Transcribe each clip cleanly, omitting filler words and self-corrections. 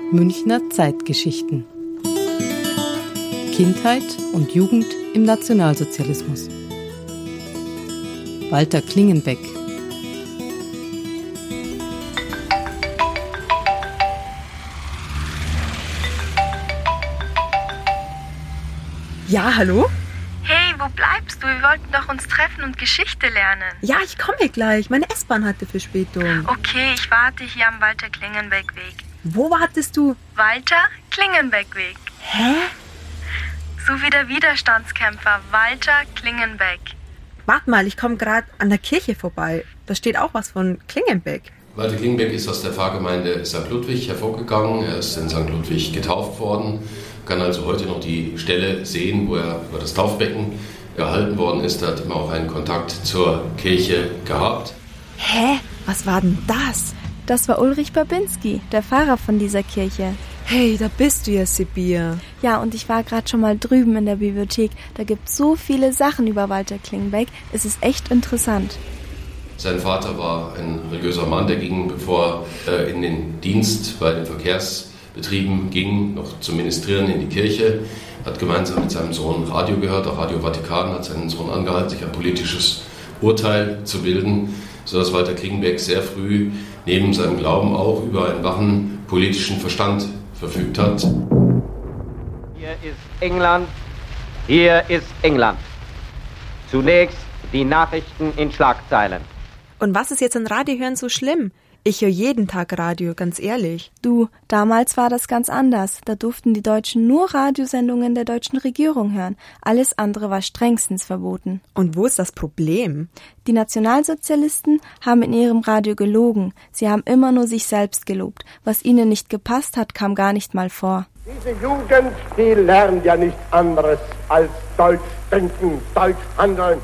Münchner Zeitgeschichten. Kindheit und Jugend im Nationalsozialismus. Walter Klingenbeck. Ja, hallo? Hey, wo bleibst du? Wir wollten doch uns treffen und Geschichte lernen. Ja, ich komme gleich. Meine S-Bahn hatte Verspätung. Okay, ich warte hier am Walter-Klingenbeck-Weg. Wo wartest du? Walter-Klingenbeck-Weg. Hä? So wie der Widerstandskämpfer Walter Klingenbeck. Warte mal, ich komme gerade an der Kirche vorbei. Da steht auch was von Klingenbeck. Walter Klingenbeck ist aus der Pfarrgemeinde St. Ludwig hervorgegangen. Er ist in St. Ludwig getauft worden. Kann also heute noch die Stelle sehen, wo er über das Taufbecken erhalten worden ist. Da hat immer auch einen Kontakt zur Kirche gehabt. Hä? Was war denn das? Das war Ulrich Babinski, der Pfarrer von dieser Kirche. Hey, da bist du ja, Sibir. Ja, und ich war gerade schon mal drüben in der Bibliothek. Da gibt's so viele Sachen über Walter Klingenbeck. Es ist echt interessant. Sein Vater war ein religiöser Mann, der ging, bevor er in den Dienst bei den Verkehrsbetrieben ging, noch zum Ministrieren in die Kirche, hat gemeinsam mit seinem Sohn Radio gehört, auch Radio Vatikan, hat seinen Sohn angehalten, sich ein politisches Urteil zu bilden, sodass Walter Klingenbeck sehr früh neben seinem Glauben auch über einen wachen politischen Verstand verfügt hat. Hier ist England, hier ist England. Zunächst die Nachrichten in Schlagzeilen. Und was ist jetzt an Radio hören so schlimm? Ich höre jeden Tag Radio, ganz ehrlich. Du, damals war das ganz anders. Da durften die Deutschen nur Radiosendungen der deutschen Regierung hören. Alles andere war strengstens verboten. Und wo ist das Problem? Die Nationalsozialisten haben in ihrem Radio gelogen. Sie haben immer nur sich selbst gelobt. Was ihnen nicht gepasst hat, kam gar nicht mal vor. Diese Jugend, die lernt ja nichts anderes als Deutsch denken, Deutsch handeln.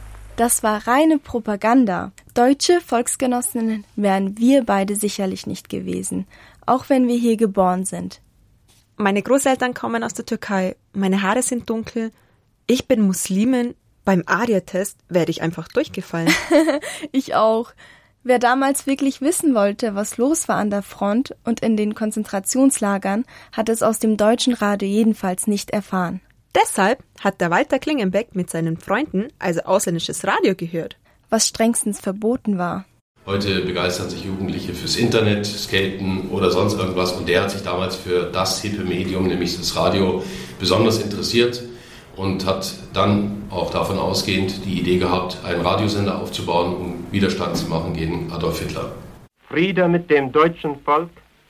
Das war reine Propaganda. Deutsche Volksgenossinnen wären wir beide sicherlich nicht gewesen, auch wenn wir hier geboren sind. Meine Großeltern kommen aus der Türkei, meine Haare sind dunkel, ich bin Muslimin, beim ARIA-Test werde ich einfach durchgefallen. Ich auch. Wer damals wirklich wissen wollte, was los war an der Front und in den Konzentrationslagern, hat es aus dem deutschen Radio jedenfalls nicht erfahren. Deshalb hat der Walter Klingenbeck mit seinen Freunden also ausländisches Radio gehört. Was strengstens verboten war. Heute begeistern sich Jugendliche fürs Internet, Skaten oder sonst irgendwas. Und der hat sich damals für das hippe Medium, nämlich das Radio, besonders interessiert und hat dann auch davon ausgehend die Idee gehabt, einen Radiosender aufzubauen, um Widerstand zu machen gegen Adolf Hitler. Friede mit dem deutschen Volk?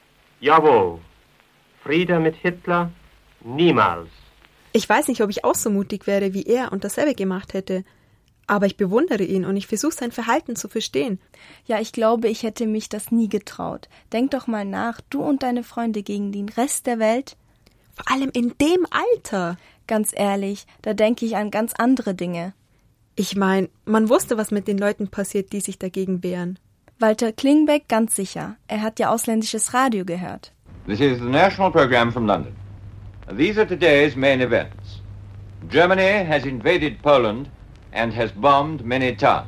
Jawohl. Friede mit Hitler? Niemals. Ich weiß nicht, ob ich auch so mutig wäre wie er und dasselbe gemacht hätte. Aber ich bewundere ihn und ich versuche sein Verhalten zu verstehen. Ja, ich glaube, ich hätte mich das nie getraut. Denk doch mal nach, du und deine Freunde gegen den Rest der Welt. Vor allem in dem Alter. Ganz ehrlich, da denke ich an ganz andere Dinge. Ich meine, man wusste, was mit den Leuten passiert, die sich dagegen wehren. Walter Klingenbeck ganz sicher. Er hat ja ausländisches Radio gehört. This is the national program from London. These are today's main events. Germany has invaded Poland and has bombed many towns.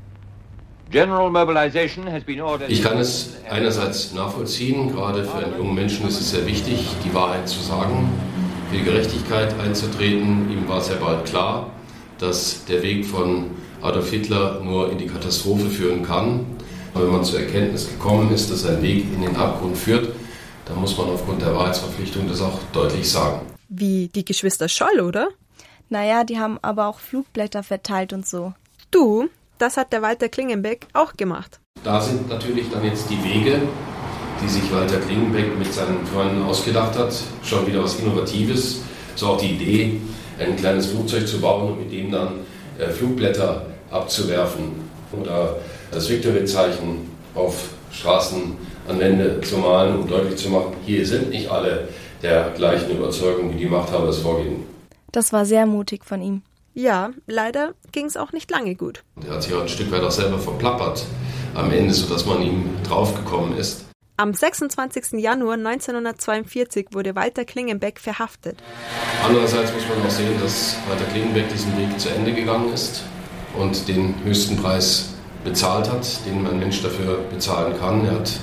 General mobilization has been ordered. Ich kann es einerseits nachvollziehen, gerade für einen jungen Menschen ist es sehr wichtig, die Wahrheit zu sagen, für die Gerechtigkeit einzutreten. Ihm war sehr bald klar, dass der Weg von Adolf Hitler nur in die Katastrophe führen kann. Wenn man zur Erkenntnis gekommen ist, dass ein Weg in den Abgrund führt, dann muss man aufgrund der Wahrheitsverpflichtung das auch deutlich sagen. Wie die Geschwister Scholl, oder? Naja, die haben aber auch Flugblätter verteilt und so. Du, das hat der Walter Klingenbeck auch gemacht. Da sind natürlich dann jetzt die Wege, die sich Walter Klingenbeck mit seinen Freunden ausgedacht hat, schon wieder was Innovatives. So auch die Idee, ein kleines Flugzeug zu bauen und mit dem dann Flugblätter abzuwerfen oder das Victory-Zeichen auf Straßen an Wände zu malen, um deutlich zu machen, hier sind nicht alle der gleichen Überzeugung, wie die Machthaber es vorgeben. Das war sehr mutig von ihm. Ja, leider ging es auch nicht lange gut. Er hat sich auch ein Stück weit auch selber verplappert am Ende, sodass man ihm draufgekommen ist. Am 26. Januar 1942 wurde Walter Klingenbeck verhaftet. Andererseits muss man auch sehen, dass Walter Klingenbeck diesen Weg zu Ende gegangen ist und den höchsten Preis bezahlt hat, den ein Mensch dafür bezahlen kann. Er hat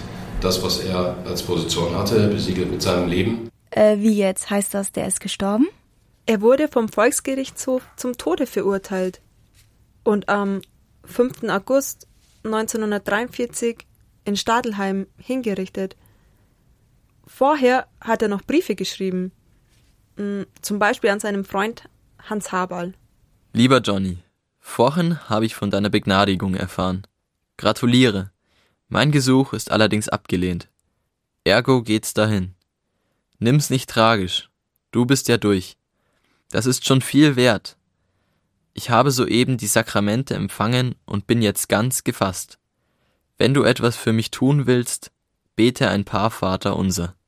das, was er als Position hatte, besiegelt mit seinem Leben. Wie jetzt? Heißt das, der ist gestorben? Er wurde vom Volksgerichtshof zum Tode verurteilt und am 5. August 1943 in Stadelheim hingerichtet. Vorher hat er noch Briefe geschrieben, zum Beispiel an seinen Freund Hans Haberl. Lieber Johnny, vorhin habe ich von deiner Begnadigung erfahren. Gratuliere. Mein Gesuch ist allerdings abgelehnt. Ergo geht's dahin. Nimm's nicht tragisch. Du bist ja durch. Das ist schon viel wert. Ich habe soeben die Sakramente empfangen und bin jetzt ganz gefasst. Wenn du etwas für mich tun willst, bete ein paar Vaterunser.